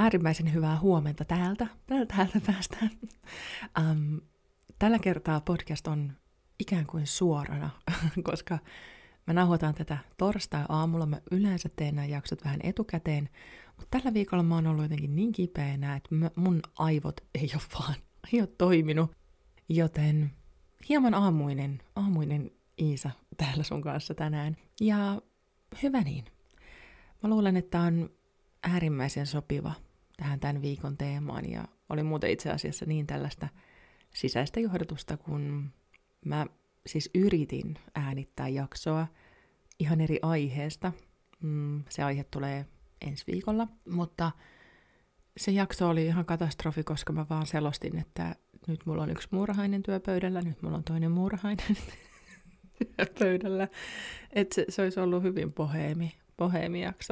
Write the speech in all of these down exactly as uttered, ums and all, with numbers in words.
äärimmäisen hyvää huomenta täältä. Täältä, täältä päästään. Um, tällä kertaa podcast on ikään kuin suorana, koska mä nauhoitan tätä torstai-aamulla. Mä yleensä teen nämä jaksot vähän etukäteen, mutta tällä viikolla mä oon ollut jotenkin niin kipeänä, että mun aivot ei ole vaan, ei ole toiminut. Joten hieman aamuinen, aamuinen Iisa täällä sun kanssa tänään. Ja hyvä niin. Mä luulen, että on äärimmäisen sopiva tähän tämän viikon teemaan, ja oli muuten itse asiassa niin tällaista sisäistä johdotusta, kun mä siis yritin äänittää jaksoa ihan eri aiheesta. Mm, se aihe tulee ensi viikolla, mutta se jakso oli ihan katastrofi, koska mä vaan selostin, että nyt mulla on yksi muurahainen työpöydällä, nyt mulla on toinen muurahainen työpöydällä. Että se, se olisi ollut hyvin poheemi, poheemi-jakso.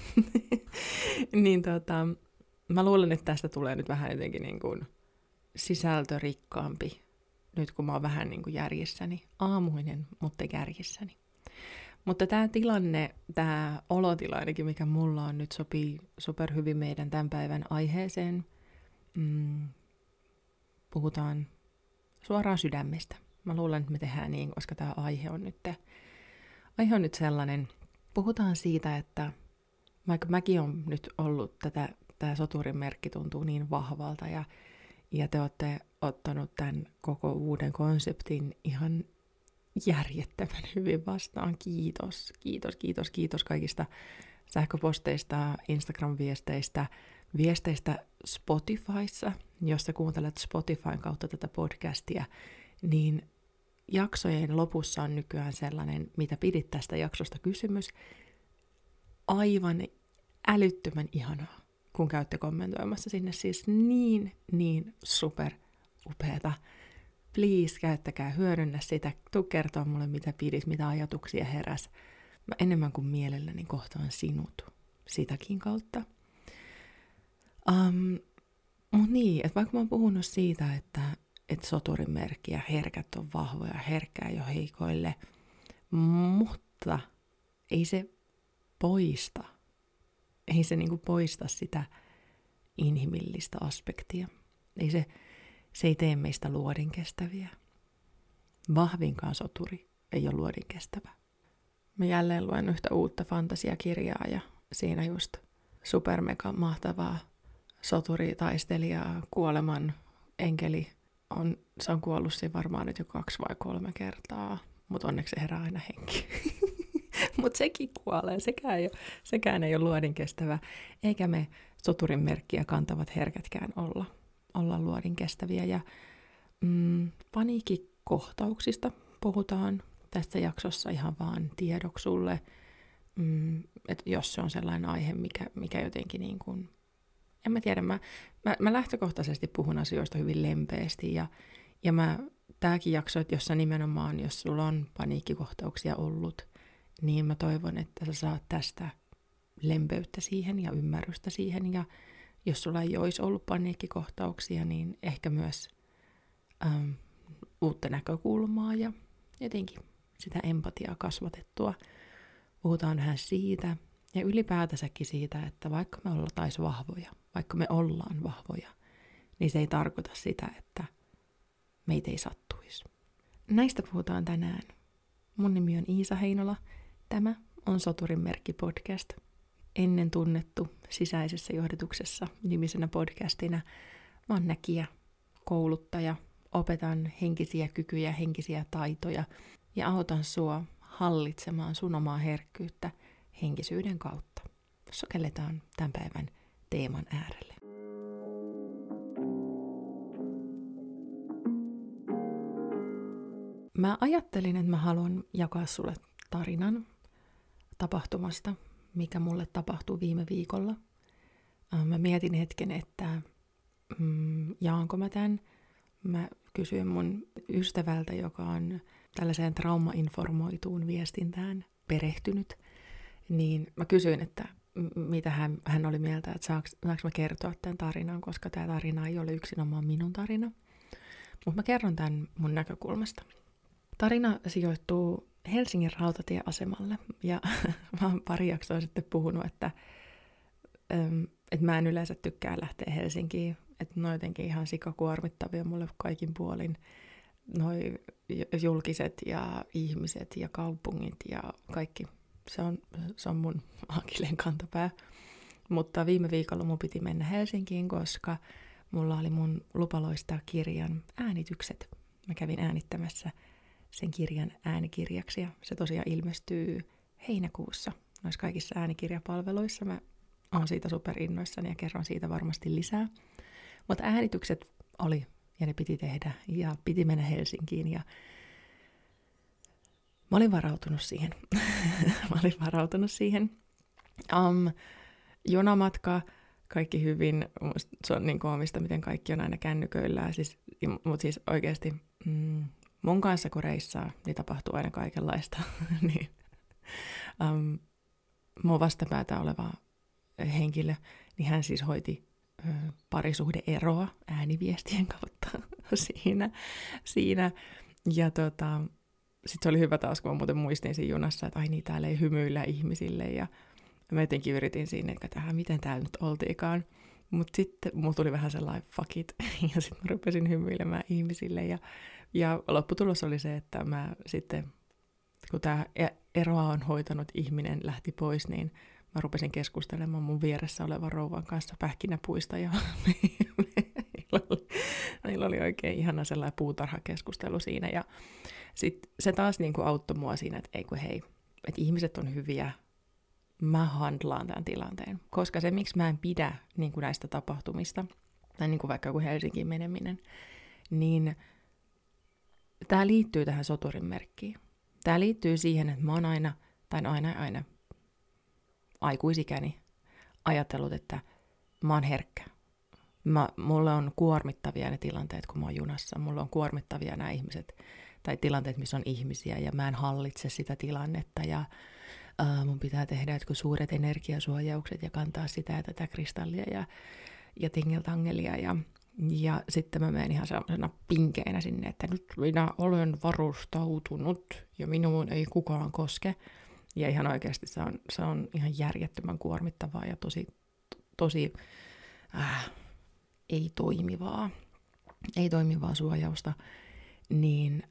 niin tota, mä luulen, että tästä tulee nyt vähän jotenkin niin kuin sisältörikkaampi, nyt kun mä oon vähän niin kuin järjissäni. Aamuinen, mutta järjissäni. Mutta tämä tilanne, tämä olotila ainakin, mikä mulla on nyt, sopii superhyvin meidän tämän päivän aiheeseen. Mm, puhutaan suoraan sydämestä. Mä luulen, että me tehdään niin, koska tämä aihe on nyt, aihe on nyt sellainen. Puhutaan siitä, että vaikka mäkin on nyt ollut tätä, tämä soturin merkki tuntuu niin vahvalta ja, ja te olette ottanut tämän koko uuden konseptin ihan järjettömän hyvin vastaan. Kiitos, kiitos, kiitos, kiitos kaikista sähköposteista, Instagram-viesteistä, viesteistä Spotifyssa. Jos sä kuuntelet Spotifyn kautta tätä podcastia, niin jaksojen lopussa on nykyään sellainen, mitä pidit tästä jaksosta kysymys. Aivan älyttömän ihanaa, kun käytte kommentoimassa sinne. Siis niin, niin super upeata. Please, käyttäkää, hyödynnä sitä. Tuu kertoa mulle, mitä pidit, mitä ajatuksia heräs. Mä enemmän kuin mielelläni kohtaan sinut sitäkin kautta. Um, mut niin, että vaikka mä oon puhunut siitä, että, että soturin merkki ja herkät on vahvoja, herkkää jo heikoille, mutta ei se poista, ei se niinku poista sitä inhimillistä aspektia. Ei se, se ei tee meistä luodinkestäviä. Vahvinkaan soturi ei ole luodinkestävä. Mä jälleen luen yhtä uutta fantasiakirjaa ja siinä just supermega mahtavaa soturitaistelijaa, kuoleman enkeli. On, se on kuollut siinä varmaan nyt jo kaksi vai kolme kertaa, mutta onneksi se herää aina henki. Mutta sekin kuolee, sekään ei, ole, sekään ei ole luodinkestävä, eikä me soturin merkkiä kantavat herkätkään olla, olla luodinkestäviä. Ja mm, paniikkikohtauksista puhutaan tässä jaksossa ihan vaan tiedoksi sulle, mm, että jos se on sellainen aihe, mikä, mikä jotenkin niin kuin, en mä tiedä, mä, mä, mä lähtökohtaisesti puhun asioista hyvin lempeästi ja, ja mä, tääkin jakso, että jos sä nimenomaan, jos sulla on paniikkikohtauksia ollut, niin mä toivon, että sä saat tästä lempeyttä siihen ja ymmärrystä siihen. Ja jos sulla ei olisi ollut paniikkikohtauksia, niin ehkä myös äm, uutta näkökulmaa ja jotenkin sitä empatiaa kasvatettua. Puhutaan vähän siitä ja ylipäätänsäkin siitä, että vaikka me oltaisiin vahvoja, vaikka me ollaan vahvoja, niin se ei tarkoita sitä, että meitä ei sattuisi. Näistä puhutaan tänään. Mun nimi on Iisa Heinola. Tämä on Soturin merkki podcast. Ennen tunnettu sisäisessä johdotuksessa nimisenä podcastina. Mä oon näkijä, kouluttaja, opetan henkisiä kykyjä, henkisiä taitoja ja autan sua hallitsemaan sun omaa herkkyyttä henkisyyden kautta. Sokelletaan tämän päivän teeman äärelle. Mä ajattelin, että mä haluan jakaa sulle tarinan tapahtumasta, mikä mulle tapahtui viime viikolla. Mä mietin hetken, että mm, jaanko mä tämän. Mä kysyin mun ystävältä, joka on tällaiseen traumainformoituun viestintään perehtynyt, niin mä kysyin, että mitä hän, hän oli mieltä, että saaks, saanko mä kertoa tämän tarinan, koska tämä tarina ei ole yksinomaan minun tarina. Mutta mä kerron tämän mun näkökulmasta. Tarina sijoittuu Helsingin rautatieasemalle, ja mä oon pari jaksoa sitten puhunut, että, että mä en yleensä tykkää lähteä Helsinkiin. Että ne on jotenkin ihan sikakuormittavia mulle kaikin puolin. Noi julkiset ja ihmiset ja kaupungit ja kaikki. Se on, se on mun akilleen kantapää. Mutta viime viikolla mun piti mennä Helsinkiin, koska mulla oli mun lupa loistaa kirjan äänitykset. Mä kävin äänittämässä sen kirjan äänikirjaksi ja se tosiaan ilmestyy heinäkuussa noissa kaikissa äänikirjapalveluissa. Mä oon siitä superinnoissani ja kerron siitä varmasti lisää. Mutta äänitykset oli ja ne piti tehdä ja piti mennä Helsinkiin ja mä olin varautunut siihen. mä olin varautunut siihen. Um, junamatka, kaikki hyvin. Se on niin koomista, miten kaikki on aina kännyköillään. Siis, mutta siis oikeasti mm, mun kanssa kun reissaa, niin tapahtuu aina kaikenlaista. niin, um, mun vastapäätä oleva henkilö, niin hän siis hoiti ö, parisuhde-eroa ääniviestien kautta siinä. siinä. Ja tota, sitten se oli hyvä taas, kun mä muuten muistin siinä junassa, että ai niin, täällä ei hymyillä ihmisille. Ja mä jotenkin yritin siinä, että tähän, miten täällä nyt oltiikaan. Mutta sitten mulla tuli vähän sellainen fuck it. Ja sitten mä rupesin hymyilemään ihmisille. Ja, ja lopputulos oli se, että mä sitten, kun tämä eroa on hoitanut ihminen lähti pois, niin mä rupesin keskustelemaan mun vieressä olevan rouvan kanssa pähkinäpuista. Ja meillä oli, meillä oli oikein ihana sellainen puutarhakeskustelu siinä. Ja sitten se taas niin kuin auttoi mua siinä, että ei kun hei, että ihmiset on hyviä. Mä handlaan tämän tilanteen. Koska se, miksi mä en pidä niin kuin näistä tapahtumista, tai niin kuin vaikka joku Helsinkiin meneminen, niin tämä liittyy tähän soturin merkkiin. Tämä liittyy siihen, että mä oon aina, tai aina aina aikuisikäni ajatellut, että mä oon herkkä. Mä, mulle on kuormittavia ne tilanteet, kun mä oon junassa. Mulle on kuormittavia nämä ihmiset, tai tilanteet, missä on ihmisiä, ja mä en hallitse sitä tilannetta, ja Uh, mun pitää tehdä jotkut suuret energiasuojaukset ja kantaa sitä ja tätä kristallia ja, ja tingeltangelia. Ja, ja sitten mä menen ihan sellaisena pinkeinä sinne, että nyt minä olen varustautunut ja minuun ei kukaan koske. Ja ihan oikeasti se on, se on ihan järjettömän kuormittavaa ja tosi, tosi äh, ei toimivaa, ei toimivaa suojausta. Niin,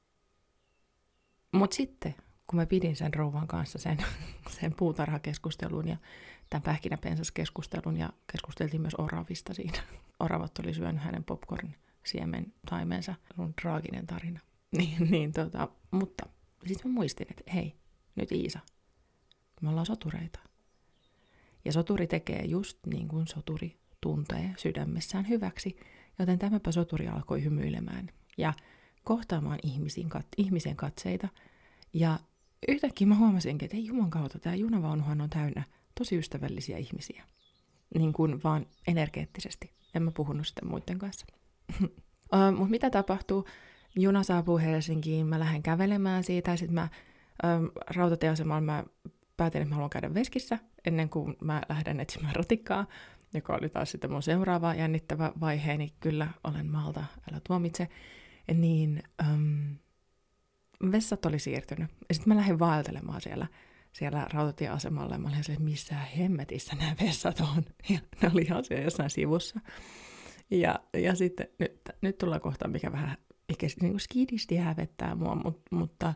mut sitten kun mä pidin sen rouvan kanssa sen, sen puutarhakeskustelun ja tämän pähkinäpensaskeskustelun ja keskusteltiin myös oravista siinä. Oravat oli syönyt hänen popcorn-siemen taimensa. On traaginen tarina. Niin, niin, tota, mutta sitten mä muistin, että hei, nyt Iisa, me ollaan sotureita. Ja soturi tekee just niin kuin soturi tuntee sydämessään hyväksi, joten tämäpä soturi alkoi hymyilemään ja kohtaamaan ihmisiin, kat, ihmisen katseita. Ja yhtäkkiä mä huomasinkin, että ei juman kautta, tämä junavaunuhan on täynnä tosi ystävällisiä ihmisiä. Niin kuin vaan energeettisesti. En mä puhunut sitten muiden kanssa. uh, Mutta mitä tapahtuu? Juna saapuu Helsinkiin, mä lähden kävelemään siitä. Ja sitten mä um, rautatieasemalla mä päätin, että mä haluan käydä veskissä ennen kuin mä lähden etsimään ratikkaa, joka oli taas sitten mun seuraava jännittävä vaiheeni. Kyllä olen maalta, älä tuomitse. Niin Um, vessat oli siirtynyt. Ja sitten mä lähdin vaeltelemaan siellä, siellä rautatieasemalla. Ja mä olin se, että missä hemmetissä nämä vessat on. Ja ne oli ihan siellä jossain sivussa. Ja, ja sitten nyt, nyt tullaan kohtaan, mikä vähän mikä, niin kuin skidisti hävettää mua. Mut, mutta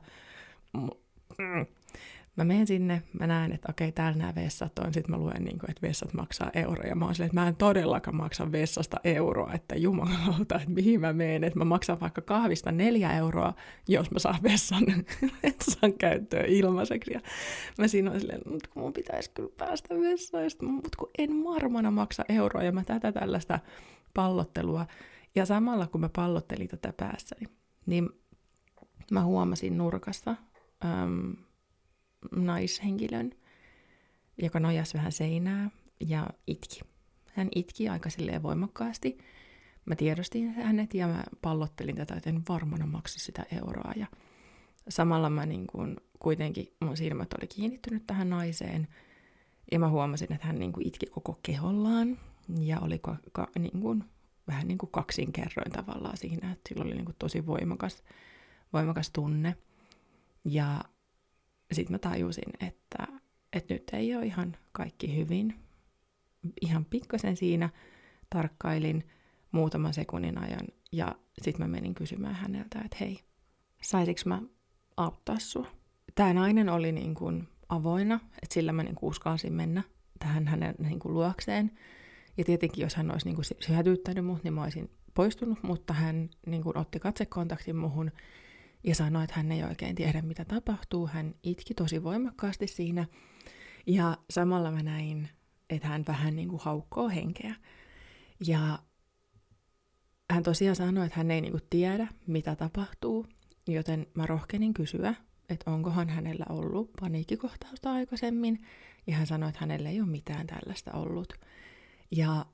mm, mä menen sinne, mä näen, että okei, täällä nämä vessat on. Sitten mä luen, niin kuin, että vessat maksaa euroa. Ja mä oon silleen, että mä en todellakaan maksa vessasta euroa. Että jumalauta, että mihin mä menen. Että mä maksan vaikka kahvista neljä euroa, jos mä saan vessan, vessan käyttöön ilmaiseksi. Ja mä siinä oon silleen, mutta kun mun pitäisi kyllä päästä vessaan. Mutta kun en varmana maksa euroa. Ja mä tätä tällaista pallottelua. Ja samalla kun mä pallottelin tätä päässäni, niin mä huomasin nurkassa äm, naishenkilön, joka nojasi vähän seinää ja itki. Hän itki aika silleen voimakkaasti. Mä tiedostin hänet ja mä pallottelin tätä, että en varmana maksa sitä euroa. Ja samalla mä niin kuin, kuitenkin mun silmät oli kiinnittynyt tähän naiseen. Ja mä huomasin, että hän niin kuin itki koko kehollaan. Ja oli ka, ka, niin kuin, vähän niin kuin kaksinkerroin tavallaan siinä, että sillä oli niin kuin tosi voimakas, voimakas tunne. Ja sitten mä tajusin, että, että nyt ei ole ihan kaikki hyvin. ihan pikkasen siinä, tarkkailin muutaman sekunnin ajan ja sitten mä menin kysymään häneltä, että hei, saisinko mä auttaa sua? Tämä nainen oli niin kuin avoinna, että sillä mä niin kuin uskalsin mennä tähän hänen niin kuin luokseen. Ja tietenkin, jos hän olisi niin kuin syötyttänyt mut, niin mä olisin poistunut, mutta hän niin kuin otti katsekontaktin muhun ja sanoi, että hän ei oikein tiedä, mitä tapahtuu. Hän itki tosi voimakkaasti siinä ja samalla mä näin, että hän vähän niin kuin haukkoo henkeä. Ja hän tosiaan sanoi, että hän ei niin kuin tiedä, mitä tapahtuu, joten mä rohkenin kysyä, että onkohan hänellä ollut paniikkikohtausta aikaisemmin. Ja hän sanoi, että hänellä ei ole mitään tällaista ollut. Ja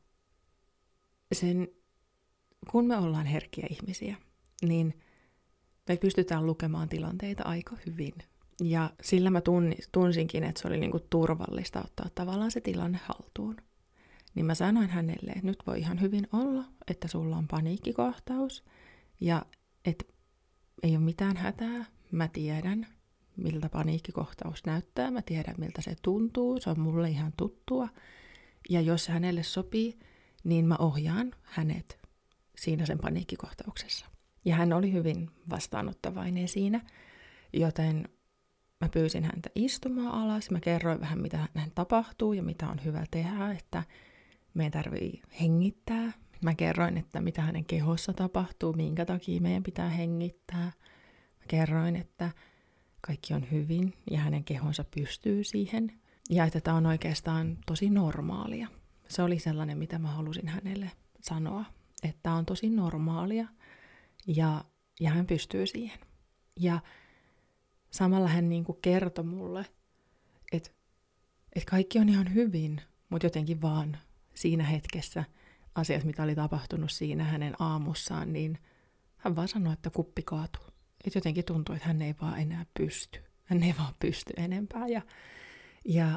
sen, kun me ollaan herkkiä ihmisiä, niin me pystytään lukemaan tilanteita aika hyvin. Ja sillä mä tunsinkin, että se oli niinku turvallista ottaa tavallaan se tilanne haltuun. Niin mä sanoin hänelle, että nyt voi ihan hyvin olla, että sulla on paniikkikohtaus ja että ei ole mitään hätää. Mä tiedän, miltä paniikkikohtaus näyttää. Mä tiedän, miltä se tuntuu. Se on mulle ihan tuttua. Ja jos hänelle sopii, niin mä ohjaan hänet siinä sen paniikkikohtauksessa. Ja hän oli hyvin vastaanottavainen siinä, joten mä pyysin häntä istumaan alas. Mä kerroin vähän, mitä hän tapahtuu ja mitä on hyvä tehdä, että meidän tarvii hengittää. Mä kerroin, että mitä hänen kehossa tapahtuu, minkä takia meidän pitää hengittää. Mä kerroin, että kaikki on hyvin ja hänen kehonsa pystyy siihen. Ja että tämä on oikeastaan tosi normaalia. Se oli sellainen, mitä mä halusin hänelle sanoa, että tämä on tosi normaalia ja, ja hän pystyy siihen. Ja samalla hän niin kuin kertoi mulle, että, että kaikki on ihan hyvin, mutta jotenkin vaan siinä hetkessä asiat, mitä oli tapahtunut siinä hänen aamussaan, niin hän vaan sanoi, että kuppi kaatuu. Että jotenkin tuntui, että hän ei vaan enää pysty. Hän ei vaan pysty enempää. Ja, ja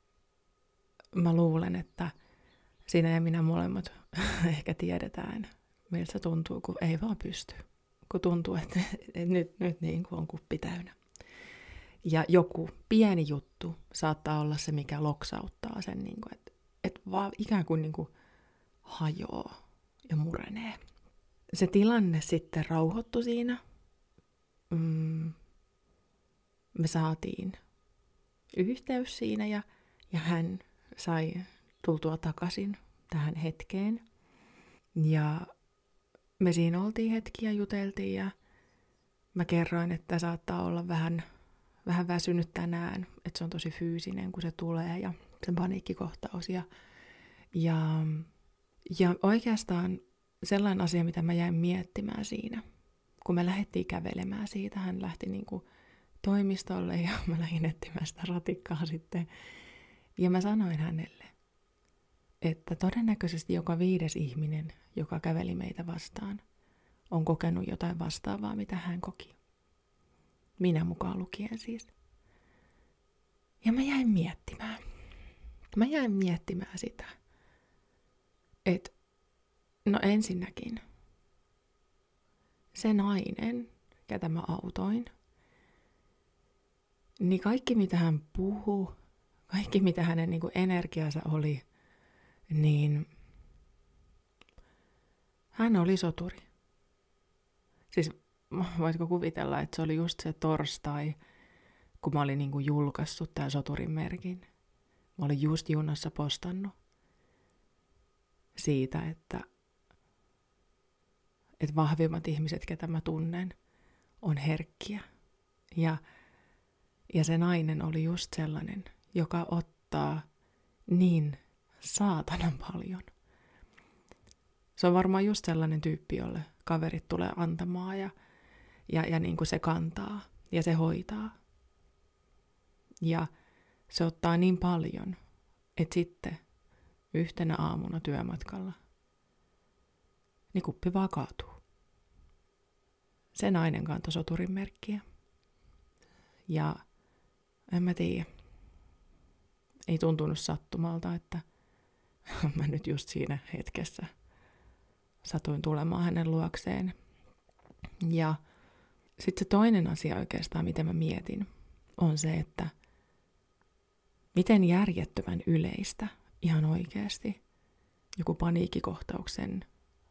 mä luulen, että sinä ja minä molemmat ehkä tiedetään, miltä se tuntuu, kun ei vaan pysty. Kun tuntuu, että, että nyt, nyt niin kuin on kuppi täynnä. Ja joku pieni juttu saattaa olla se, mikä loksauttaa sen, niin kuin, että, että vaan ikään kuin, niin kuin hajoaa ja murenee. Se tilanne sitten rauhoittui siinä. Mm, me saatiin yhteys siinä ja, ja hän sai tultua takaisin tähän hetkeen. Ja me siinä oltiin hetki ja juteltiin ja mä kerroin, että saattaa olla vähän, vähän väsynyt tänään, että se on tosi fyysinen, kun se tulee ja sen paniikkikohtaus. Ja, ja, ja oikeastaan sellainen asia, mitä mä jäin miettimään siinä, kun me lähdettiin kävelemään siitä, hän lähti niin kuin toimistolle ja mä lähdin etsimään sitä ratikkaa sitten. Ja mä sanoin hänelle, että todennäköisesti joka viides ihminen, joka käveli meitä vastaan, on kokenut jotain vastaavaa, mitä hän koki. Minä mukaan lukien siis. Ja mä jäin miettimään. Mä jäin miettimään sitä, että no ensinnäkin se nainen, ketä mä autoin, niin kaikki mitä hän puhui, kaikki mitä hänen niin kuin energiansa oli, niin hän oli soturi. Siis voitko kuvitella, että se oli just se torstai, kun mä olin niin kuin julkaissut tämän soturin merkin. Mä olin just junassa postannut siitä, että, että vahvimmat ihmiset, ketä mä tunnen, on herkkiä. Ja, ja se nainen oli just sellainen, joka ottaa niin saatanan paljon. Se on varmaan just sellainen tyyppi, jolle kaverit tulee antamaan ja, ja, ja niin kuin se kantaa ja se hoitaa. Ja se ottaa niin paljon, että sitten yhtenä aamuna työmatkalla niin kuppi vaan kaatuu. Se nainen kantoi soturin merkkiä. Ja en mä tiedä. Ei tuntunut sattumalta, että mä nyt just siinä hetkessä satuin tulemaan hänen luokseen. Ja sitten se toinen asia oikeastaan, mitä mä mietin, on se, että miten järjettömän yleistä ihan oikeasti joku paniikkikohtauksen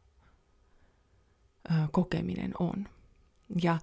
ö, kokeminen on. Ja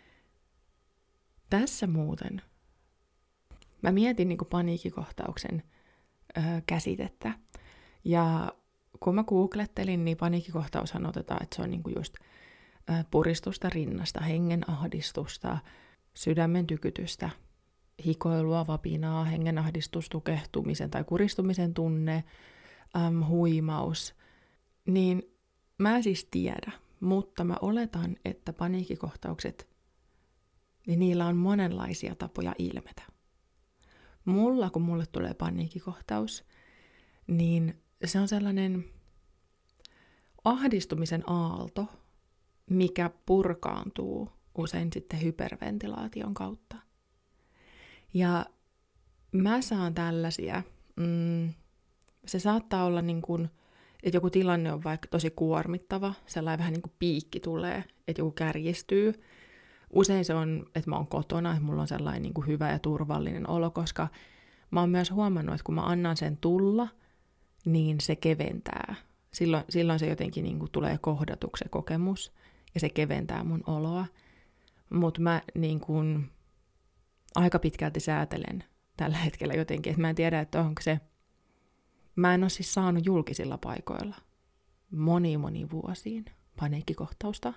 tässä muuten mä mietin niin kuin paniikkikohtauksen ö, käsitettä. Ja kun mä googlettelin, niin paniikkikohtaushan otetaan, että se on niin kuin just ö, puristusta rinnasta, hengen ahdistusta, sydämen tykytystä, hikoilua, vapinaa, hengen ahdistus, tukehtumisen tai kuristumisen tunne, äm, huimaus. Niin mä en siis tiedä, mutta mä oletan, että paniikkikohtaukset, niin niillä on monenlaisia tapoja ilmetä. Mulla, kun mulle tulee paniikkikohtaus, niin se on sellainen ahdistumisen aalto, mikä purkaantuu usein sitten hyperventilaation kautta. Ja mä saan tällaisia, mm, se saattaa olla niin kuin, että joku tilanne on vaikka tosi kuormittava, sellainen vähän niin kuin piikki tulee, että joku kärjistyy. Usein se on, että mä oon kotona, että mulla on sellainen niin kuin hyvä ja turvallinen olo, koska mä oon myös huomannut, että kun mä annan sen tulla, niin se keventää. Silloin, silloin se jotenkin niin kuin tulee kohdatuksi se kokemus, ja se keventää mun oloa. Mutta mä niin kuin aika pitkälti säätelen tällä hetkellä jotenkin, että mä en tiedä, että onko se. Mä en ole siis saanut julkisilla paikoilla moni moni vuosiin paniikkikohtausta.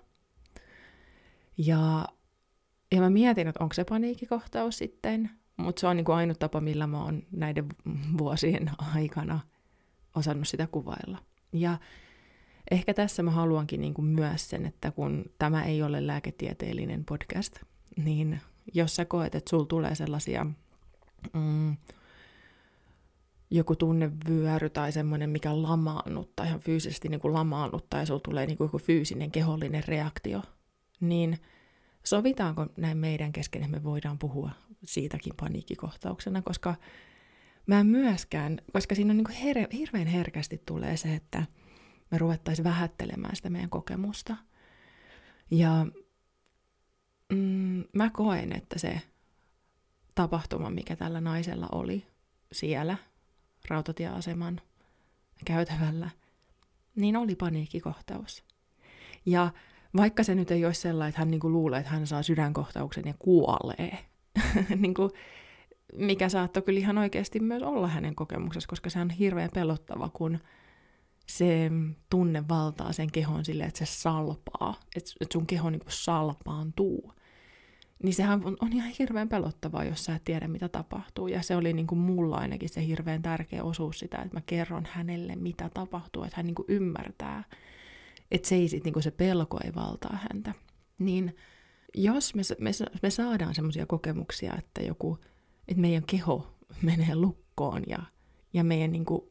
Ja, ja mä mietin, että onko se paniikkikohtaus sitten, mutta se on niin kuin ainut tapa, millä mä oon näiden vuosien aikana osannut sitä kuvailla. Ja ehkä tässä mä haluankin niin kuin myös sen, että kun tämä ei ole lääketieteellinen podcast, niin jos sä koet, että sulla tulee sellaisia mm, joku tunnevyöry tai semmoinen, mikä lamaannuttaa, ihan fyysisesti niin kuin lamaannuttaa ja sulla tulee niin kuin joku fyysinen kehollinen reaktio, niin sovitaanko näin meidän kesken, että me voidaan puhua siitäkin paniikkikohtauksena, koska mä en myöskään, koska siinä on niin kuin her- hirveän herkästi tulee se, että me ruvettaisiin vähättelemään sitä meidän kokemusta. Ja mm, mä koen, että se tapahtuma, mikä tällä naisella oli siellä rautatieaseman käytävällä, niin oli paniikkikohtaus. Ja vaikka se nyt ei ole sellainen, että hän niinku luulee, että hän saa sydänkohtauksen ja kuolee, niinku, mikä saattoi kyllä ihan oikeasti myös olla hänen kokemuksessa, koska se on hirveän pelottava, kun se tunne valtaa sen kehon silleen, että se salpaa, että sun keho niinku salpaantuu. Niin sehän on, on ihan hirveän pelottavaa, jos sä et tiedä, mitä tapahtuu. Ja se oli niinku mulla ainakin se hirveän tärkeä osuus sitä, että mä kerron hänelle, mitä tapahtuu, että hän niinku ymmärtää, että se, ei sit, niinku se pelko ei valtaa häntä. Niin jos me, me, me saadaan semmoisia kokemuksia, että, joku, että meidän keho menee lukkoon ja, ja meidän niinku,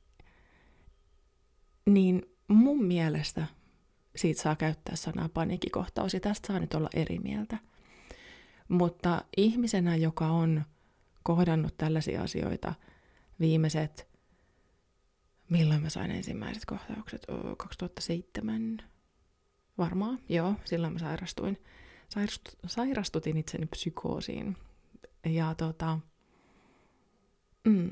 niin mun mielestä siitä saa käyttää sanaa paniikkikohtaus, ja tästä saa nyt olla eri mieltä. Mutta ihmisenä, joka on kohdannut tällaisia asioita viimeiset, milloin mä sain ensimmäiset kohtaukset? kaksituhattaseitsemän varmaan, joo, silloin mä sairastuin. Sairastut, sairastutin itseni psykoosiin. Ja tota, mm,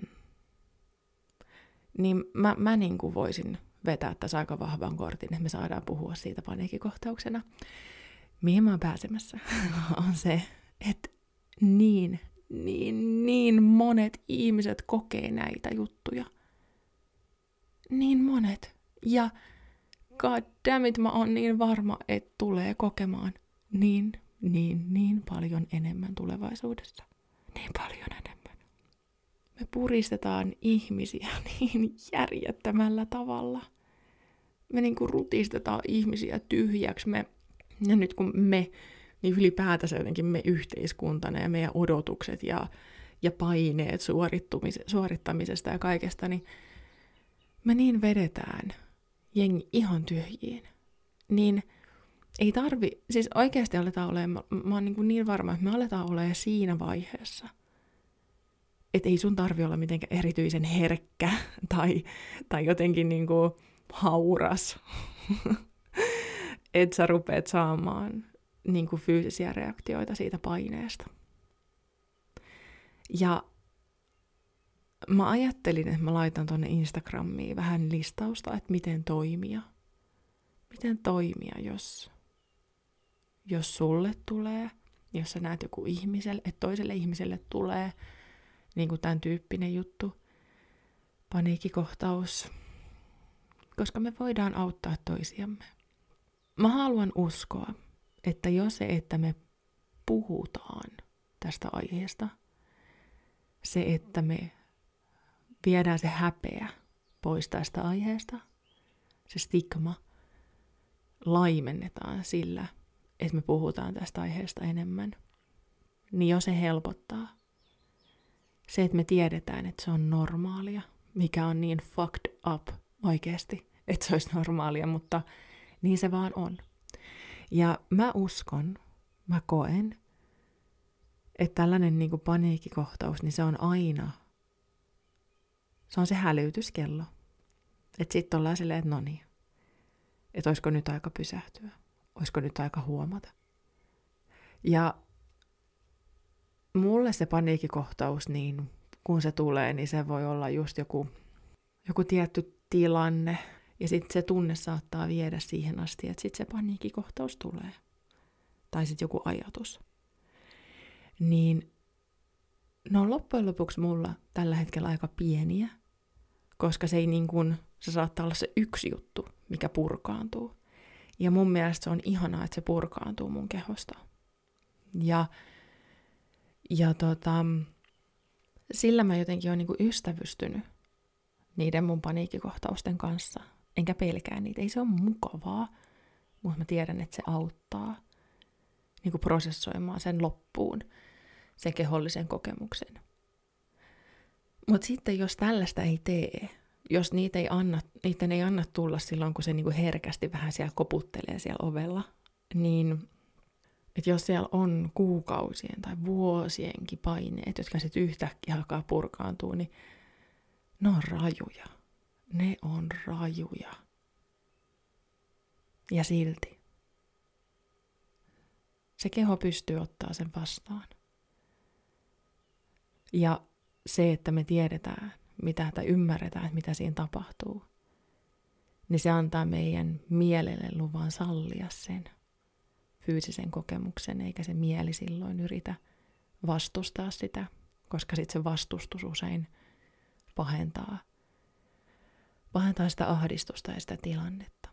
niin mä, mä niin kuin voisin vetää tässä aika vahvan kortin, että me saadaan puhua siitä paniikkikohtauksena. Mihin mä oon pääsemässä on se, että niin, niin, niin monet ihmiset kokee näitä juttuja. Niin monet. Ja god damn it, mä oon niin varma, että tulee kokemaan niin, niin, niin paljon enemmän tulevaisuudessa. Niin paljon enemmän. Me puristetaan ihmisiä niin järjettömällä tavalla. Me niinku rutistetaan ihmisiä tyhjäksi. Me, ja nyt kun me, niin ylipäätänsä jotenkin me yhteiskuntana ja meidän odotukset ja, ja paineet suorittamisesta ja kaikesta, niin me niin vedetään jengi ihan tyhjiin. Niin ei tarvi, siis oikeasti aletaan olemaan, mä, mä oon niin, niin varma, että me aletaan olemaan siinä vaiheessa, että ei sun tarvi olla mitenkään erityisen herkkä tai, tai jotenkin niin kuin hauras, että sä rupeat saamaan niin kuin fyysisiä reaktioita siitä paineesta. Ja mä ajattelin, että mä laitan tonne Instagramiin vähän listausta, että miten toimia. Miten toimia, jos, jos sulle tulee, jos sä näet joku ihmiselle, että toiselle ihmiselle tulee niin kuin tämän tyyppinen juttu, paniikkikohtaus, koska me voidaan auttaa toisiamme. Mä haluan uskoa, että jos se, että me puhutaan tästä aiheesta, se, että me viedään se häpeä pois tästä aiheesta, se stigma, laimennetaan sillä, että me puhutaan tästä aiheesta enemmän, niin jo se helpottaa. Se, että me tiedetään, että se on normaalia, mikä on niin fucked up oikeasti, että se olisi normaalia, mutta niin se vaan on. Ja mä uskon, mä koen, että tällainen niin kuin paniikkikohtaus, niin se on aina, se on se hälytyskello. Että sitten ollaan silleen, että no niin, että olisiko nyt aika pysähtyä, olisiko nyt aika huomata. Ja mulle se paniikkikohtaus, niin kun se tulee, niin se voi olla just joku, joku tietty tilanne, ja sitten se tunne saattaa viedä siihen asti, että sitten se paniikkikohtaus tulee. Tai sitten joku ajatus. Niin ne on loppujen lopuksi mulla tällä hetkellä aika pieniä, koska se ei niin kuin, se saattaa olla se yksi juttu, mikä purkaantuu. Ja mun mielestä se on ihanaa, että se purkaantuu mun kehosta. Ja, ja tota, sillä mä jotenkin oon niin kuin ystävystynyt niiden mun paniikkikohtausten kanssa. Enkä pelkää niitä. Ei se ole mukavaa, mutta mä tiedän, että se auttaa niin kuin prosessoimaan sen loppuun, sen kehollisen kokemuksen. Mutta sitten jos tällaista ei tee, jos niitä ei anna, niiden ei anna tulla silloin, kun se niin kuin herkästi vähän siellä koputtelee siellä ovella, niin että jos siellä on kuukausien tai vuosienkin paineet, jotka sitten yhtäkkiä alkaa purkaantua, niin ne on rajuja. Ne on rajuja. Ja silti se keho pystyy ottaa sen vastaan. Ja se, että me tiedetään, mitä, tai ymmärretään, että mitä siinä tapahtuu, niin se antaa meidän mielelle luvan sallia sen fyysisen kokemuksen, eikä se mieli silloin yritä vastustaa sitä, koska sitten se vastustus usein pahentaa, pahentaa sitä ahdistusta ja sitä tilannetta.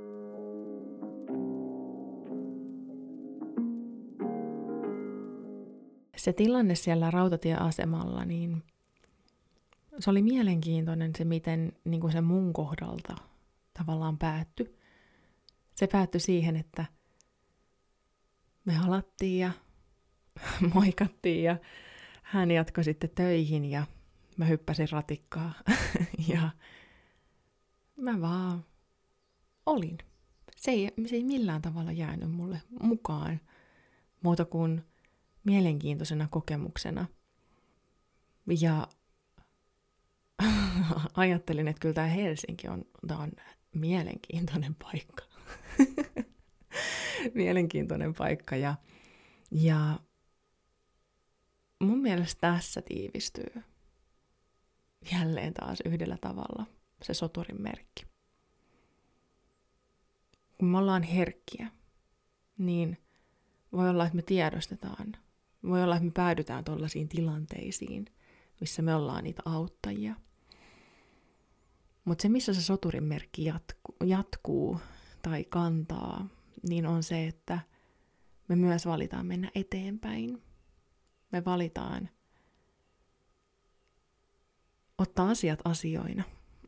Se tilanne siellä rautatieasemalla, niin se oli mielenkiintoinen se, miten niin kuin se mun kohdalta tavallaan päättyi. Se päättyi siihen, että me halattiin ja moikattiin ja hän jatkoi sitten töihin ja mä hyppäsin ratikkaa ja mä vaan olin. Se ei, se ei millään tavalla jäänyt mulle mukaan muuta kuin mielenkiintoisena kokemuksena. Ja ajattelin, että kyllä tämä Helsinki on, tämä on mielenkiintoinen paikka. Mielenkiintoinen paikka. Ja, ja mun mielestä tässä tiivistyy jälleen taas yhdellä tavalla se soturin merkki. Kun me ollaan herkkiä, niin voi olla, että me tiedostetaan. Voi olla, että me päädytään tuollaisiin tilanteisiin, missä me ollaan niitä auttajia. Mutta se, missä se soturin merkki jatkuu, jatkuu tai kantaa, niin on se, että me myös valitaan mennä eteenpäin. Me valitaan ottaa asiat asioina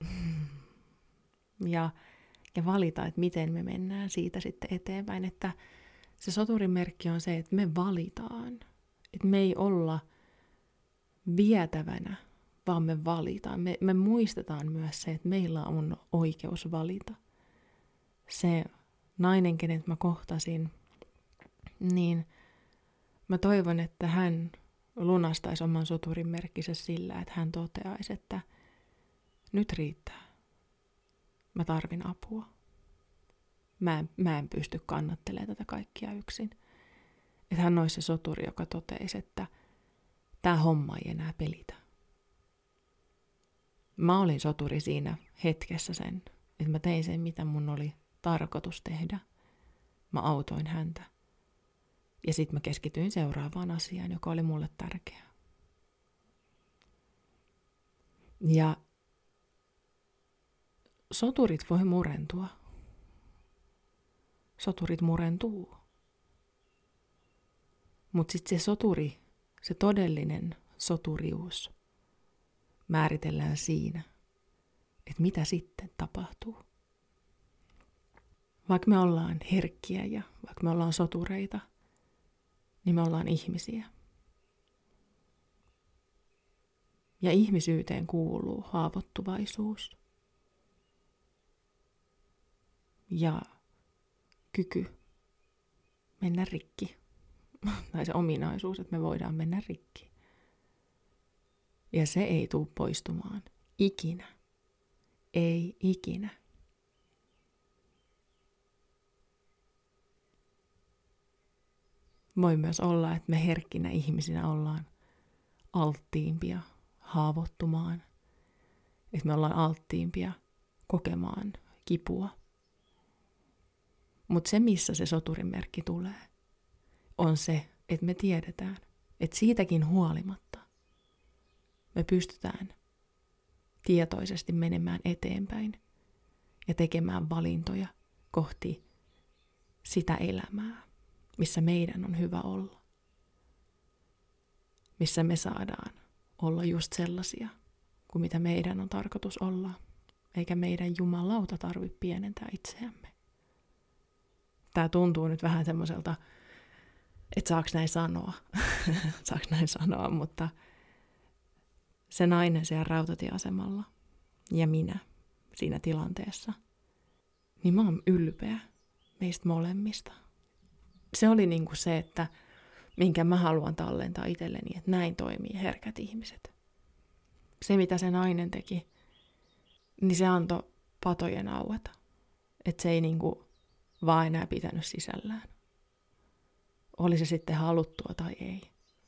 ja, ja valita, että miten me mennään siitä sitten eteenpäin. Että se soturin merkki on se, että me valitaan. Että me ei olla vietävänä, vaan me valitaan. Me, me muistetaan myös se, että meillä on oikeus valita. Se nainen, kenet mä kohtasin, niin mä toivon, että hän lunastaisi oman soturin merkkisä sillä, että hän toteaisi, että nyt riittää. Mä tarvin apua. Mä en, mä en pysty kannattelemaan tätä kaikkia yksin. Että hän olisi se soturi, joka toteisi, että tämä homma ei enää pelitä. Mä olin soturi siinä hetkessä sen, että mä tein sen, mitä mun oli tarkoitus tehdä. Mä autoin häntä. Ja sitten mä keskityin seuraavaan asiaan, joka oli mulle tärkeä. Ja soturit voi murentua. Soturit murentuu. Mutta sitten se soturi, se todellinen soturius, määritellään siinä, että mitä sitten tapahtuu. Vaikka me ollaan herkkiä ja vaikka me ollaan sotureita, niin me ollaan ihmisiä. Ja ihmisyyteen kuuluu haavoittuvaisuus ja kyky mennä rikki. Tai se ominaisuus, että me voidaan mennä rikki. Ja se ei tule poistumaan ikinä. Ei ikinä. Voi myös olla, että me herkkinä ihmisinä ollaan alttiimpia haavoittumaan. Että me ollaan alttiimpia kokemaan kipua. Mutta se, missä se soturin merkki tulee, on se, että me tiedetään, että siitäkin huolimatta me pystytään tietoisesti menemään eteenpäin ja tekemään valintoja kohti sitä elämää, missä meidän on hyvä olla. Missä me saadaan olla just sellaisia kuin mitä meidän on tarkoitus olla, eikä meidän jumalauta tarvitse pienentää itseämme. Tämä tuntuu nyt vähän semmoiselta, että saaks näin sanoa, saaks näin sanoa, mutta se nainen siellä rautatieasemalla ja minä siinä tilanteessa, niin mä oon ylpeä meistä molemmista. Se oli niinku se, että minkä mä haluan tallentaa itselleni, että näin toimii herkät ihmiset. Se, mitä se nainen teki, niin se antoi patojen aueta. Että se ei niinku vaan enää pitänyt sisällään. Oli se sitten haluttua tai ei.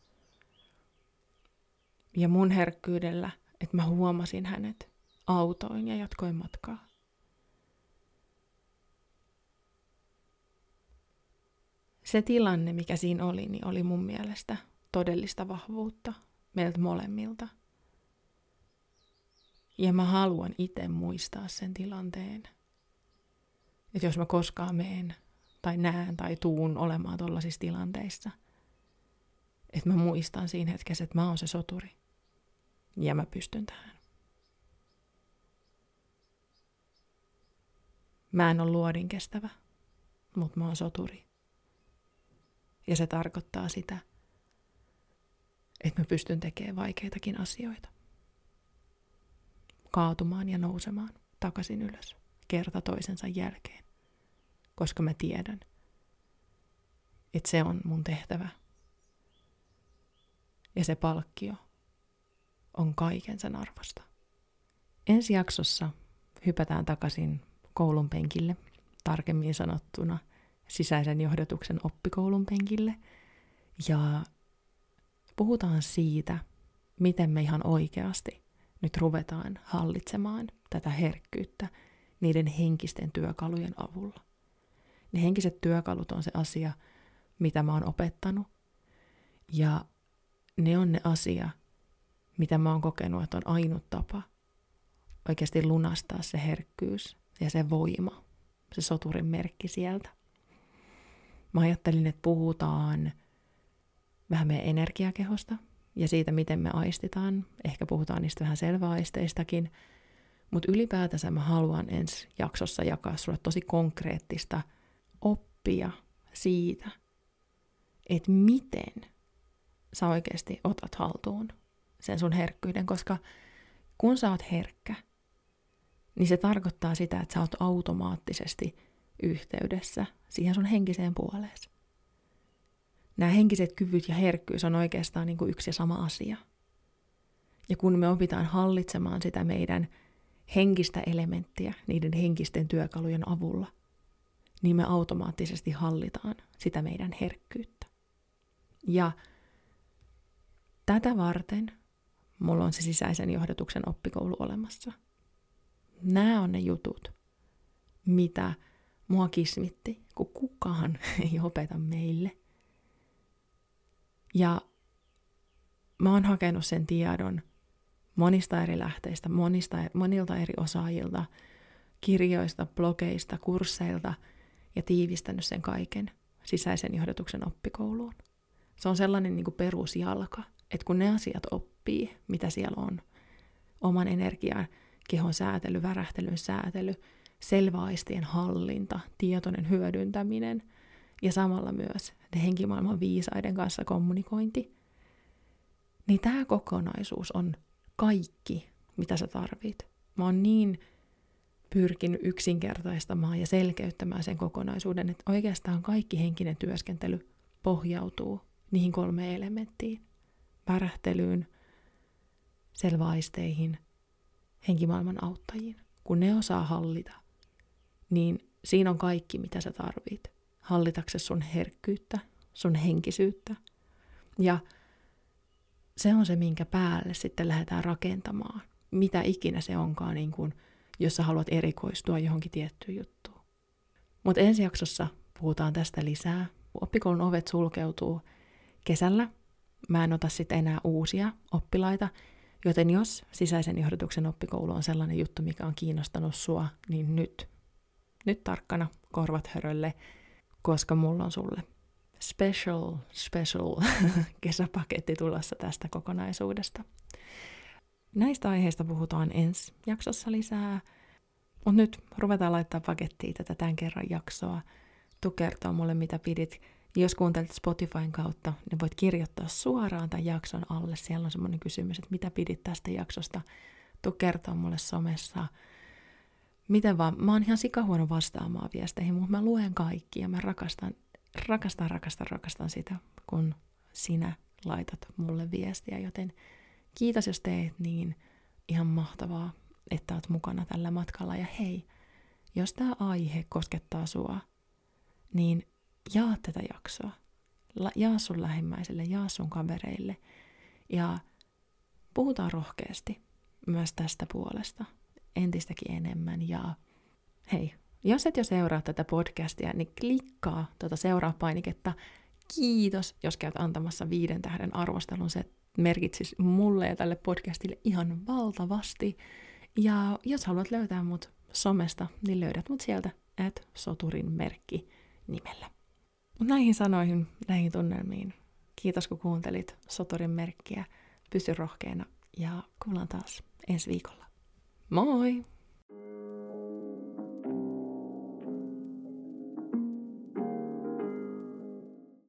Ja mun herkkyydellä, että mä huomasin hänet, autoin ja jatkoin matkaa. Se tilanne, mikä siinä oli, niin oli mun mielestä todellista vahvuutta meiltä molemmilta. Ja mä haluan itse muistaa sen tilanteen. Että jos mä koskaan meen tai näen tai tuun olemaan tollaisissa tilanteissa, että mä muistan siinä hetkessä, että mä oon se soturi. Ja mä pystyn tähän. Mä en ole luodin kestävä, mutta mä oon soturi. Ja se tarkoittaa sitä, että mä pystyn tekemään vaikeitakin asioita. Kaatumaan ja nousemaan takaisin ylös kerta toisensa jälkeen. Koska mä tiedän, että se on mun tehtävä. Ja se palkkio on kaiken sen arvosta. Ensi jaksossa hypätään takaisin koulun penkille, tarkemmin sanottuna sisäisen johdatuksen oppikoulun penkille. Ja puhutaan siitä, miten me ihan oikeasti nyt ruvetaan hallitsemaan tätä herkkyyttä niiden henkisten työkalujen avulla. Ne henkiset työkalut on se asia, mitä mä oon opettanut. Ja ne on ne asia, mitä mä oon kokenut, että on ainut tapa oikeasti lunastaa se herkkyys ja se voima, se soturin merkki sieltä. Mä ajattelin, että puhutaan vähän meidän energiakehosta ja siitä, miten me aistitaan. Ehkä puhutaan niistä vähän selväaisteistakin. Mutta ylipäätänsä mä haluan ensi jaksossa jakaa sulle tosi konkreettista oppia siitä, että miten sä oikeasti otat haltuun sen sun herkkyyden, koska kun sä oot herkkä, niin se tarkoittaa sitä, että sä oot automaattisesti yhteydessä siihen sun henkiseen puoleesi. Nämä henkiset kyvyt ja herkkyys on oikeastaan niin kuin yksi ja sama asia. Ja kun me opitaan hallitsemaan sitä meidän henkistä elementtiä niiden henkisten työkalujen avulla, niin me automaattisesti hallitaan sitä meidän herkkyyttä. Ja tätä varten mulla on se sisäisen johdatuksen oppikoulu olemassa. Nämä on ne jutut, mitä mua kismitti, kun kukaan ei opeta meille. Ja mä oon hakenut sen tiedon monista eri lähteistä, monista, monilta eri osaajilta, kirjoista, blogeista, kursseilta ja tiivistänyt sen kaiken sisäisen johdatuksen oppikouluun. Se on sellainen niin kuin perusjalka, että kun ne asiat oppii, mitä siellä on, oman energian, kehon säätely, värähtelyn säätely, selväaistien hallinta, tietoinen hyödyntäminen ja samalla myös ne henkimaailman viisaiden kanssa kommunikointi, niin tämä kokonaisuus on kaikki, mitä sä tarvit. Mä oon niin pyrkinyt yksinkertaistamaan ja selkeyttämään sen kokonaisuuden, että oikeastaan kaikki henkinen työskentely pohjautuu niihin kolmeen elementtiin. Värähtelyyn, selväaisteihin, henkimaailman auttajiin. Kun ne osaa hallita, niin siinä on kaikki, mitä sä tarvit. Hallitaksesi sun herkkyyttä, sun henkisyyttä. Ja se on se, minkä päälle sitten lähdetään rakentamaan. Mitä ikinä se onkaan, niin kun, jos sä haluat erikoistua johonkin tiettyyn juttuun. Mutta ensi jaksossa puhutaan tästä lisää. Oppikoulun ovet sulkeutuu kesällä. Mä en ota sitten enää uusia oppilaita, joten jos sisäisen johdatuksen oppikoulu on sellainen juttu, mikä on kiinnostanut sua, niin nyt, nyt tarkkana korvat hörölle, koska mulla on sulle special, special kesäpaketti tulossa tästä kokonaisuudesta. Näistä aiheista puhutaan ensi jaksossa lisää, mutta nyt ruvetaan laittaa pakettiin tätä tämän kerran jaksoa. Tu kertoo mulle, mitä pidit. Jos kuuntelit Spotifyn kautta, niin voit kirjoittaa suoraan tämän jakson alle. Siellä on semmoinen kysymys, että mitä pidit tästä jaksosta. Tu kertoo mulle somessa. Miten vaan, mä oon ihan sikahuono vastaamaan viesteihin, mutta mä luen kaikki ja mä rakastan, rakastan, rakastan, rakastan sitä, kun sinä laitat mulle viestiä. Joten kiitos, jos teet niin. Ihan mahtavaa, että oot mukana tällä matkalla. Ja hei, jos tää aihe koskettaa sua, niin jaa tätä jaksoa. Jaa sun lähimmäiselle, jaa sun kavereille. Ja puhutaan rohkeasti myös tästä puolesta entistäkin enemmän. Ja hei, jos et jo seuraa tätä podcastia, niin klikkaa tuota seuraa-painiketta. Kiitos, jos käyt antamassa viiden tähden arvostelun. Se merkitsisi mulle ja tälle podcastille ihan valtavasti. Ja jos haluat löytää mut somesta, niin löydät mut sieltä at soturin merkki nimellä. Mut näihin sanoihin, näihin tunnelmiin, kiitos kun kuuntelit Soturin merkkiä. Pysy rohkeana ja kuullaan taas ensi viikolla. Moi!